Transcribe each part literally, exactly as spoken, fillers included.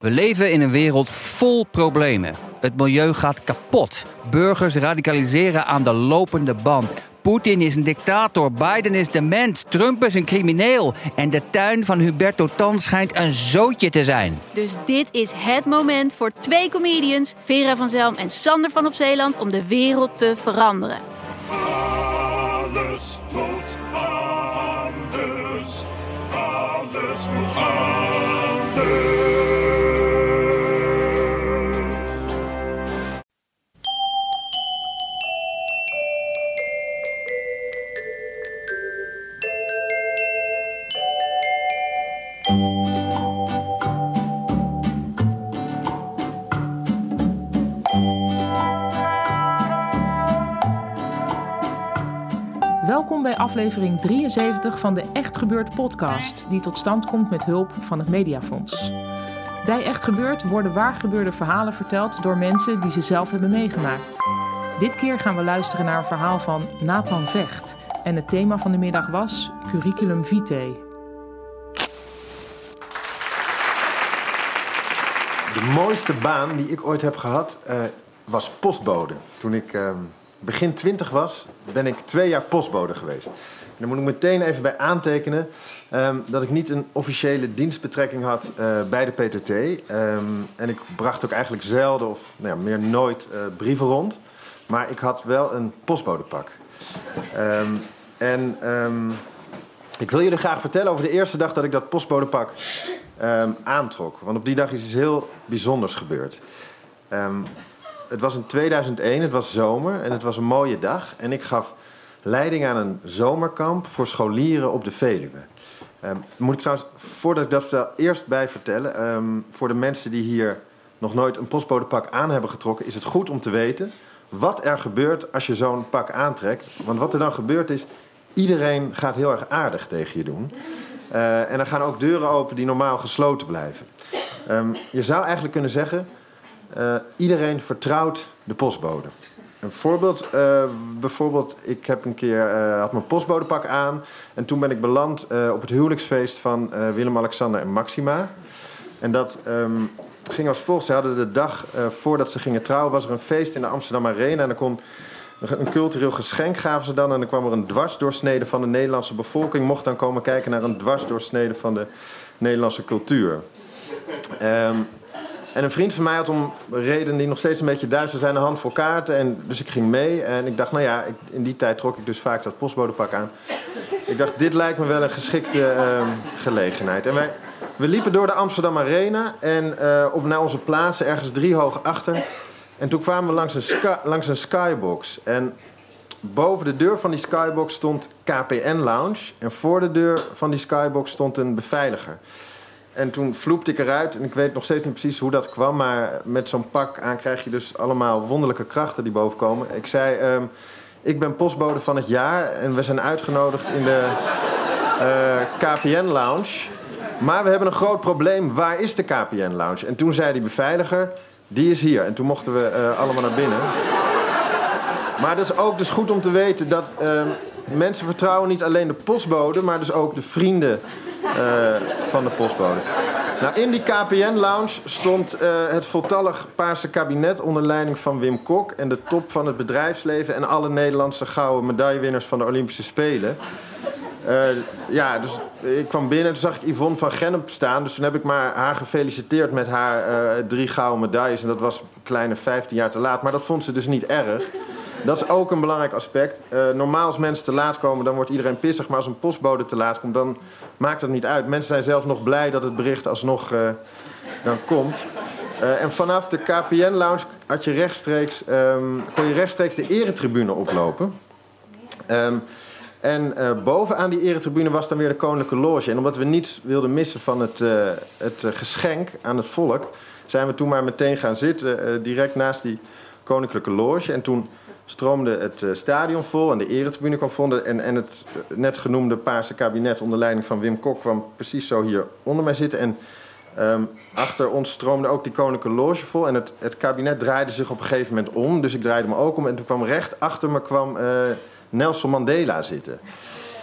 We leven in een wereld vol problemen. Het milieu gaat kapot. Burgers radicaliseren aan de lopende band. Poetin is een dictator, Biden is dement, Trump is een crimineel. En de tuin van Huberto Tan schijnt een zootje te zijn. Dus dit is het moment voor twee comedians, Vera van Zelm en Sander van op Zeeland, om de wereld te veranderen. Alles moet anders. Alles moet anders. Welkom bij aflevering drieënzeventig van de Echt Gebeurd podcast, die tot stand komt met hulp van het Mediafonds. Bij Echt Gebeurd worden waargebeurde verhalen verteld door mensen die ze zelf hebben meegemaakt. Dit keer gaan we luisteren naar een verhaal van Nathan Vecht. En het thema van de middag was Curriculum Vitae. De mooiste baan die ik ooit heb gehad uh, was postbode. Toen ik uh, begin twintig was, ben ik twee jaar postbode geweest. En daar moet ik meteen even bij aantekenen um, dat ik niet een officiële dienstbetrekking had uh, bij de P T T. Um, en ik bracht ook eigenlijk zelden of nou ja, meer nooit uh, brieven rond. Maar ik had wel een postbodepak. Um, en um, ik wil jullie graag vertellen over de eerste dag dat ik dat postbodepak um, aantrok. Want op die dag is iets heel bijzonders gebeurd. Um, het was in tweeduizend één, het was zomer en het was een mooie dag. En ik gaf leiding aan een zomerkamp voor scholieren op de Veluwe. Um, moet ik trouwens, voordat ik dat vertel, eerst bij vertellen. Um, voor de mensen die hier nog nooit een postbodepak aan hebben getrokken, is het goed om te weten wat er gebeurt als je zo'n pak aantrekt. Want wat er dan gebeurt is, iedereen gaat heel erg aardig tegen je doen. Uh, en er gaan ook deuren open die normaal gesloten blijven. Um, je zou eigenlijk kunnen zeggen, uh, iedereen vertrouwt de postbode. Een voorbeeld, uh, bijvoorbeeld, ik heb een keer, uh, had mijn postbodepak aan. En toen ben ik beland uh, op het huwelijksfeest van uh, Willem-Alexander en Maxima. En dat um, ging als volgt. Ze hadden de dag uh, voordat ze gingen trouwen, was er een feest in de Amsterdam Arena. En er kon een cultureel geschenk gaven ze dan. En dan kwam er een dwarsdoorsnede van de Nederlandse bevolking. Mocht dan komen kijken naar een dwarsdoorsnede van de Nederlandse cultuur. Um, en een vriend van mij had om reden die nog steeds een beetje duister zijn, een handvol kaarten. En dus ik ging mee. En ik dacht, nou ja, ik, in die tijd trok ik dus vaak dat postbodepak aan. Ik dacht, dit lijkt me wel een geschikte um, gelegenheid. En wij, we liepen door de Amsterdam Arena. En uh, op naar onze plaatsen, ergens drie hoog achter. En toen kwamen we langs een, sky, langs een skybox. En boven de deur van die skybox stond K P N Lounge. En voor de deur van die skybox stond een beveiliger. En toen vloepte ik eruit. En ik weet nog steeds niet precies hoe dat kwam. Maar met zo'n pak aan krijg je dus allemaal wonderlijke krachten die boven komen. Ik zei, um, ik ben postbode van het jaar. En we zijn uitgenodigd in de uh, K P N Lounge. Maar we hebben een groot probleem. Waar is de K P N Lounge? En toen zei die beveiliger, die is hier. En toen mochten we uh, allemaal naar binnen. Maar het is ook dus goed om te weten dat uh, mensen vertrouwen niet alleen de postbode, maar dus ook de vrienden uh, van de postbode. Nou, in die K P N Lounge stond uh, het voltallig Paarse kabinet onder leiding van Wim Kok en de top van het bedrijfsleven en alle Nederlandse gouden medaillewinnaars van de Olympische Spelen. Uh, ja, dus ik kwam binnen en toen zag ik Yvonne van Gennep staan. Dus toen heb ik maar haar gefeliciteerd met haar uh, drie gouden medailles. En dat was een kleine vijftien jaar te laat. Maar dat vond ze dus niet erg. Dat is ook een belangrijk aspect. Uh, normaal als mensen te laat komen, dan wordt iedereen pissig. Maar als een postbode te laat komt, dan maakt dat niet uit. Mensen zijn zelf nog blij dat het bericht alsnog uh, dan komt. Uh, en vanaf de K P N Lounge had je rechtstreeks, um, kon je rechtstreeks de eretribune oplopen. Um, En uh, bovenaan die eretribune was dan weer de Koninklijke Loge. En omdat we niets wilden missen van het, uh, het uh, geschenk aan het volk, zijn we toen maar meteen gaan zitten, uh, direct naast die Koninklijke Loge. En toen stroomde het uh, stadion vol en de eretribune kwam vol. En, en het uh, net genoemde Paarse kabinet onder leiding van Wim Kok kwam precies zo hier onder mij zitten. En um, achter ons stroomde ook die Koninklijke Loge vol. En het, het kabinet draaide zich op een gegeven moment om. Dus ik draaide me ook om. En toen kwam recht achter me kwam Uh, Nelson Mandela zitten.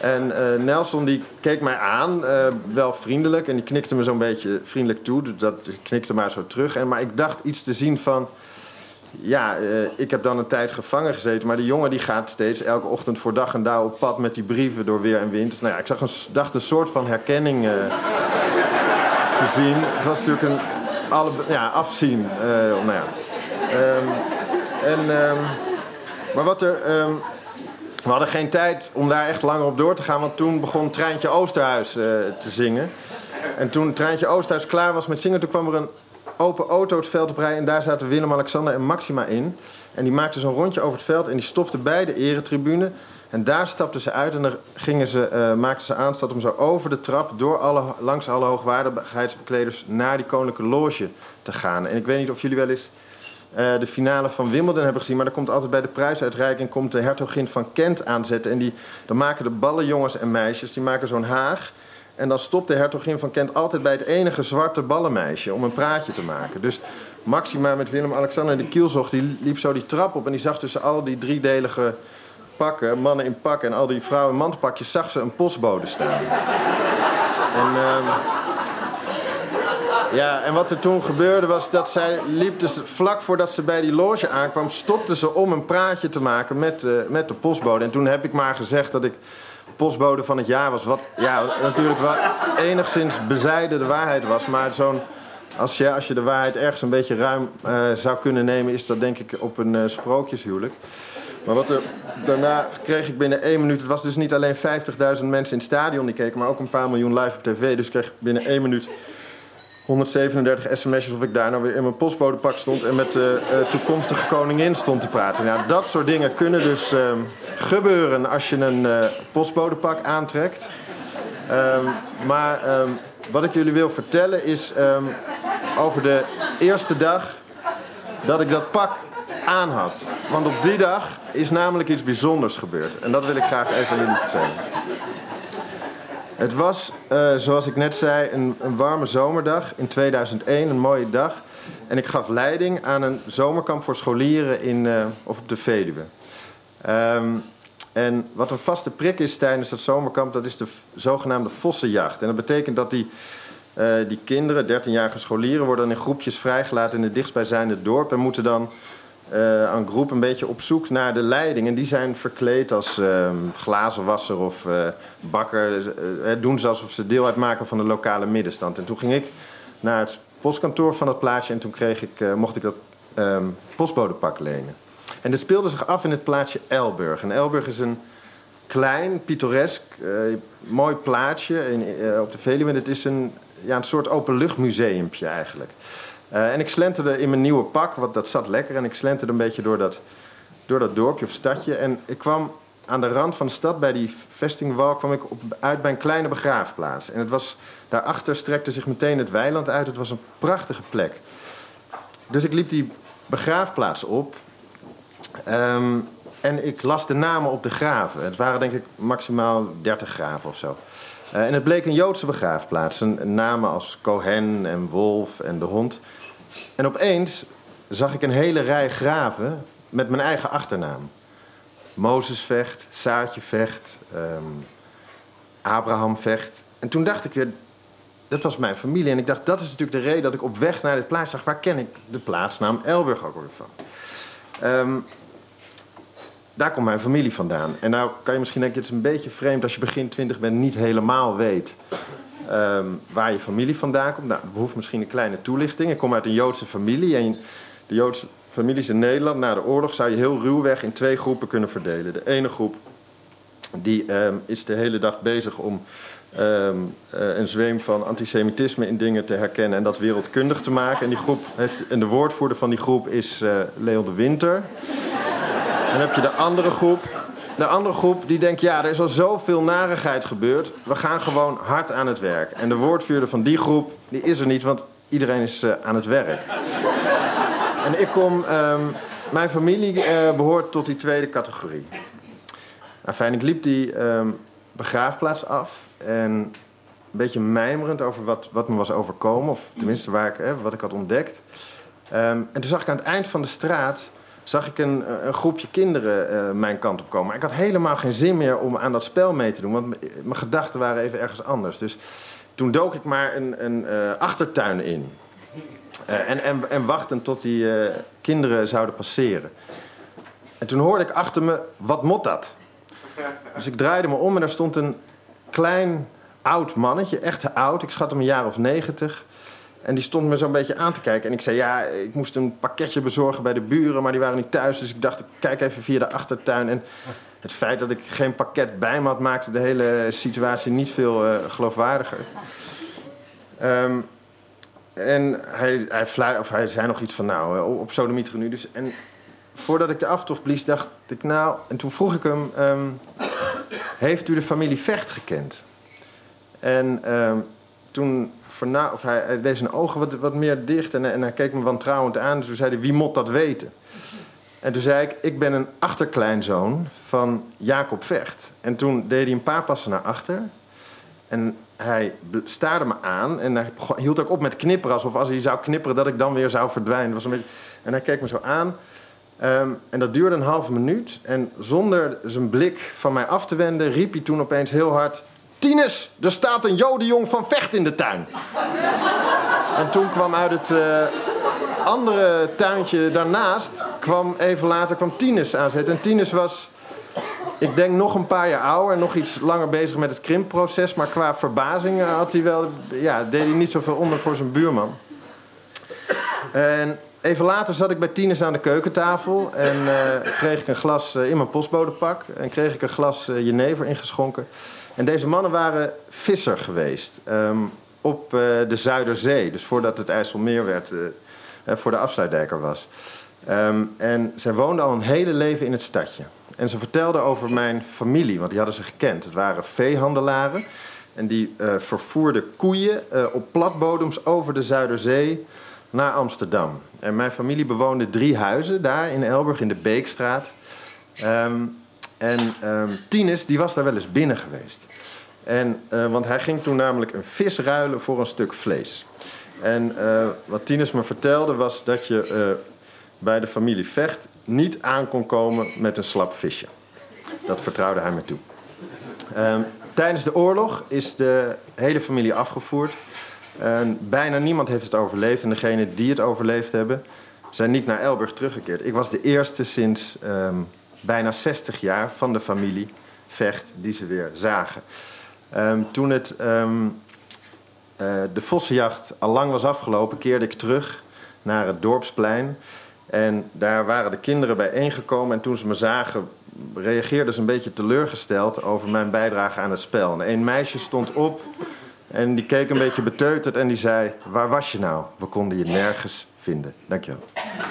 En uh, Nelson die keek mij aan, uh, wel vriendelijk. En die knikte me zo'n beetje vriendelijk toe. Dus dat knikte maar zo terug. En, maar ik dacht iets te zien van... Ja, uh, ik heb dan een tijd gevangen gezeten. Maar die jongen die gaat steeds elke ochtend voor dag en dauw op pad... met die brieven door weer en wind. Nou ja, ik zag een, dacht een soort van herkenning uh, te zien. Het was natuurlijk een alle, ja, afzien. Uh, nou ja. Um, en, um, maar wat er... Um, we hadden geen tijd om daar echt langer op door te gaan... want toen begon Treintje Oosterhuis uh, te zingen. En toen Treintje Oosterhuis klaar was met zingen... toen kwam er een open auto het veld op rijden... en daar zaten Willem, Alexander en Maxima in. En die maakten zo'n rondje over het veld... en die stopten bij de eretribune. En daar stapten ze uit en dan gingen ze, uh, maakten ze aanstad... om zo over de trap, door alle, langs alle hoogwaardigheidsbekleders... naar die koninklijke loge te gaan. En ik weet niet of jullie wel eens... Uh, de finale van Wimbledon hebben gezien... maar dan komt altijd bij de prijsuitreiking... komt de hertogin van Kent aanzetten... en die, dan maken de ballenjongens en meisjes... die maken zo'n haag... en dan stopt de hertogin van Kent altijd bij het enige zwarte ballenmeisje... om een praatje te maken. Dus Maxima met Willem-Alexander en de kielzog... die liep zo die trap op... en die zag tussen al die driedelige pakken... mannen in pakken en al die vrouwen in mantelpakjes... zag ze een postbode staan. en... Uh, Ja, en wat er toen gebeurde was dat zij liep... dus vlak voordat ze bij die loge aankwam... stopte ze om een praatje te maken met, uh, met de postbode. En toen heb ik maar gezegd dat ik postbode van het jaar was. Wat ja, natuurlijk wel enigszins bezijden de waarheid was. Maar zo'n, als, je, als je de waarheid ergens een beetje ruim uh, zou kunnen nemen... is dat denk ik op een uh, sprookjeshuwelijk. Maar wat er, daarna kreeg ik binnen één minuut... het was dus niet alleen vijftigduizend mensen in het stadion die keken... maar ook een paar miljoen live op tv. Dus kreeg ik binnen één minuut... honderdzevenendertig sms'jes of ik daar nou weer in mijn postbodepak stond... en met de uh, toekomstige koningin stond te praten. Nou, dat soort dingen kunnen dus uh, gebeuren als je een uh, postbodepak aantrekt. Um, maar um, wat ik jullie wil vertellen is um, over de eerste dag dat ik dat pak aan had. Want op die dag is namelijk iets bijzonders gebeurd. En dat wil ik graag even aan jullie vertellen. Het was, uh, zoals ik net zei, een, een warme zomerdag in tweeduizend één, een mooie dag. En ik gaf leiding aan een zomerkamp voor scholieren in, uh, of op de Veluwe. Um, en wat een vaste prik is tijdens dat zomerkamp, dat is de f- zogenaamde vossenjacht. En dat betekent dat die, uh, die kinderen, dertienjarige scholieren, worden dan in groepjes vrijgelaten in het dichtstbijzijnde dorp... en moeten dan uh, aan groep een beetje op zoek naar de leiding. En die zijn verkleed als uh, glazenwasser of uh, bakker. Uh, doen ze alsof ze deel uitmaken van de lokale middenstand. En toen ging ik naar het postkantoor van dat plaatsje... en toen kreeg ik, uh, mocht ik dat um, postbodepak lenen. En dit speelde zich af in het plaatsje Elburg. En Elburg is een klein, pittoresk, uh, mooi plaatsje in, uh, op de Veluwe. En het is een, ja, een soort openluchtmuseumpje eigenlijk. Uh, en ik slenterde in mijn nieuwe pak, want dat zat lekker... en ik slenterde een beetje door dat, door dat dorpje of stadje. En ik kwam aan de rand van de stad, bij die vestingwal... kwam ik op, uit bij een kleine begraafplaats. En het was, daarachter strekte zich meteen het weiland uit. Het was een prachtige plek. Dus ik liep die begraafplaats op... Um, en ik las de namen op de graven. Het waren denk ik maximaal dertig graven of zo. Uh, en het bleek een Joodse begraafplaats. Een, een namen als Cohen en Wolf en de hond... En opeens zag ik een hele rij graven met mijn eigen achternaam. Mozes Vecht, Saartje Vecht, um, Abraham Vecht. En toen dacht ik weer, dat was mijn familie. En ik dacht, dat is natuurlijk de reden dat ik op weg naar dit plaatsje zag... waar ken ik de plaatsnaam Elburg ook weer van? Um, daar komt mijn familie vandaan. En nou kan je misschien denken, het is een beetje vreemd... als je begin twintig bent, niet helemaal weet... Um, waar je familie vandaan komt. Nou, dat behoeft misschien een kleine toelichting. Ik kom uit een Joodse familie. En de Joodse families in Nederland na de oorlog... zou je heel ruwweg in twee groepen kunnen verdelen. De ene groep die, um, is de hele dag bezig om... Um, uh, een zweem van antisemitisme in dingen te herkennen... en dat wereldkundig te maken. En, die groep heeft, en de woordvoerder van die groep is uh, Leon de Winter. En dan heb je de andere groep... De andere groep die denkt, ja, er is al zoveel narigheid gebeurd... we gaan gewoon hard aan het werk. En de woordvoerder van die groep, die is er niet... want iedereen is uh, aan het werk. En ik kom... Um, mijn familie uh, behoort tot die tweede categorie. Nou, fijn, ik liep die um, begraafplaats af... en een beetje mijmerend over wat, wat me was overkomen... of tenminste waar ik, eh, wat ik had ontdekt. Um, en toen zag ik aan het eind van de straat... zag ik een, een groepje kinderen uh, mijn kant op komen. Maar ik had helemaal geen zin meer om aan dat spel mee te doen. Want m- mijn gedachten waren even ergens anders. Dus toen dook ik maar een, een uh, achtertuin in. Uh, en, en, en wachten tot die uh, kinderen zouden passeren. En toen hoorde ik achter me, wat mot dat? Dus ik draaide me om en daar stond een klein oud mannetje. Echt oud, ik schat hem een jaar of negentig. En die stond me zo'n beetje aan te kijken. En ik zei, ja, ik moest een pakketje bezorgen bij de buren, maar die waren niet thuis. Dus ik dacht, ik kijk even via de achtertuin. En het feit dat ik geen pakket bij me had, maakte de hele situatie niet veel uh, geloofwaardiger. Um, en hij, hij, flu- of hij zei nog iets van, nou, op sodemieter nu. Dus, en voordat ik de aftocht blies, dacht ik, nou... En toen vroeg ik hem, um, heeft u de familie Vecht gekend? En um, toen... Na, of hij, hij deed zijn ogen wat, wat meer dicht en, en hij keek me wantrouwend aan. Dus toen zei hij, wie moet dat weten? En toen zei ik, ik ben een achterkleinzoon van Jacob Vecht. En toen deed hij een paar passen naar achter. En hij staarde me aan en hij hield ook op met knipperen. Alsof als hij zou knipperen dat ik dan weer zou verdwijnen. Was een beetje... En hij keek me zo aan. Um, en dat duurde een halve minuut. En zonder zijn blik van mij af te wenden riep hij toen opeens heel hard... Tinus, er staat een jodenjong van Vecht in de tuin. En toen kwam uit het uh, andere tuintje daarnaast... kwam even later kwam Tinus aanzetten. En Tinus was, ik denk, nog een paar jaar ouder... en nog iets langer bezig met het krimpproces. Maar qua verbazing had hij wel, ja, deed hij niet zoveel onder voor zijn buurman. En even later zat ik bij Tinus aan de keukentafel... en uh, kreeg ik een glas uh, in mijn postbodepak... en kreeg ik een glas uh, jenever ingeschonken... En deze mannen waren visser geweest um, op uh, de Zuiderzee. Dus voordat het IJsselmeer werd, uh, uh, voor de afsluitdijk er was. Um, en zij woonden al een hele leven in het stadje. En ze vertelden over mijn familie, want die hadden ze gekend. Het waren veehandelaren. En die uh, vervoerden koeien uh, op platbodems over de Zuiderzee naar Amsterdam. En mijn familie bewoonde drie huizen daar in Elburg, in de Beekstraat. Um, En um, Tinus, die was daar wel eens binnen geweest. En, uh, want hij ging toen namelijk een vis ruilen voor een stuk vlees. En uh, wat Tinus me vertelde was dat je uh, bij de familie Vecht niet aan kon komen met een slap visje. Dat vertrouwde hij me toe. Um, tijdens de oorlog is de hele familie afgevoerd. En bijna niemand heeft het overleefd. En degenen die het overleefd hebben, zijn niet naar Elburg teruggekeerd. Ik was de eerste sinds... Um, bijna zestig jaar van de familie Vecht die ze weer zagen. Um, toen het, um, uh, de vossenjacht al lang was afgelopen... keerde ik terug naar het dorpsplein. En daar waren de kinderen bijeengekomen. En toen ze me zagen, reageerden ze een beetje teleurgesteld... over mijn bijdrage aan het spel. En een meisje stond op en die keek een beetje beteuterd... en die zei, waar was je nou? We konden je nergens vinden. Dank je wel.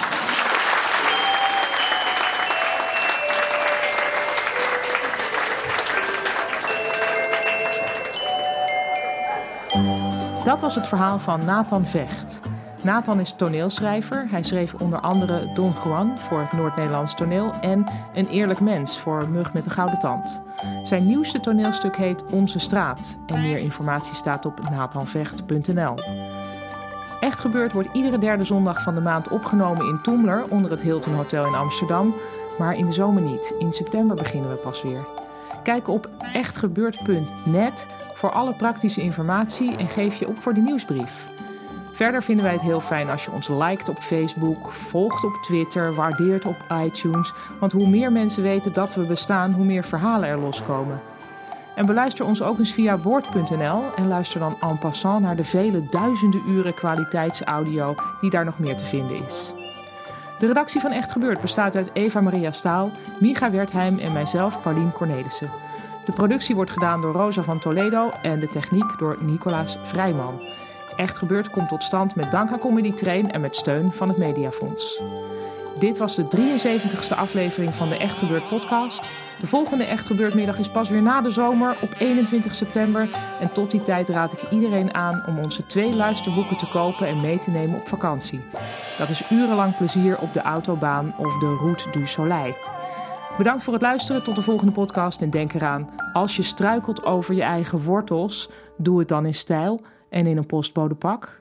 Dat was het verhaal van Nathan Vecht. Nathan is toneelschrijver. Hij schreef onder andere Don Juan voor het Noord-Nederlands toneel... en Een eerlijk mens voor Mug met de gouden tand. Zijn nieuwste toneelstuk heet Onze Straat. En meer informatie staat op nathanvecht punt n l. Echt Gebeurd wordt iedere derde zondag van de maand opgenomen in Toemler... onder het Hilton Hotel in Amsterdam. Maar in de zomer niet. In september beginnen we pas weer. Kijk op echt gebeurd punt net... voor alle praktische informatie en geef je op voor de nieuwsbrief. Verder vinden wij het heel fijn als je ons liked op Facebook, volgt op Twitter, waardeert op iTunes. Want hoe meer mensen weten dat we bestaan, hoe meer verhalen er loskomen. En beluister ons ook eens via woord punt n l en luister dan en passant naar de vele duizenden uren kwaliteitsaudio die daar nog meer te vinden is. De redactie van Echt Gebeurd bestaat uit Eva Maria Staal, Micha Wertheim en mijzelf, Paulien Cornelissen. De productie wordt gedaan door Rosa van Toledo en de techniek door Nicolaas Vrijman. Echt Gebeurd komt tot stand met dank aan Comedy Train en met steun van het Mediafonds. Dit was de drieënzeventigste aflevering van de Echt Gebeurd podcast. De volgende Echt Gebeurd middag is pas weer na de zomer op eenentwintig september. En tot die tijd raad ik iedereen aan om onze twee luisterboeken te kopen en mee te nemen op vakantie. Dat is urenlang plezier op de autobaan of de Route du Soleil. Bedankt voor het luisteren, tot de volgende podcast en denk eraan, als je struikelt over je eigen wortels, doe het dan in stijl en in een postbodepak.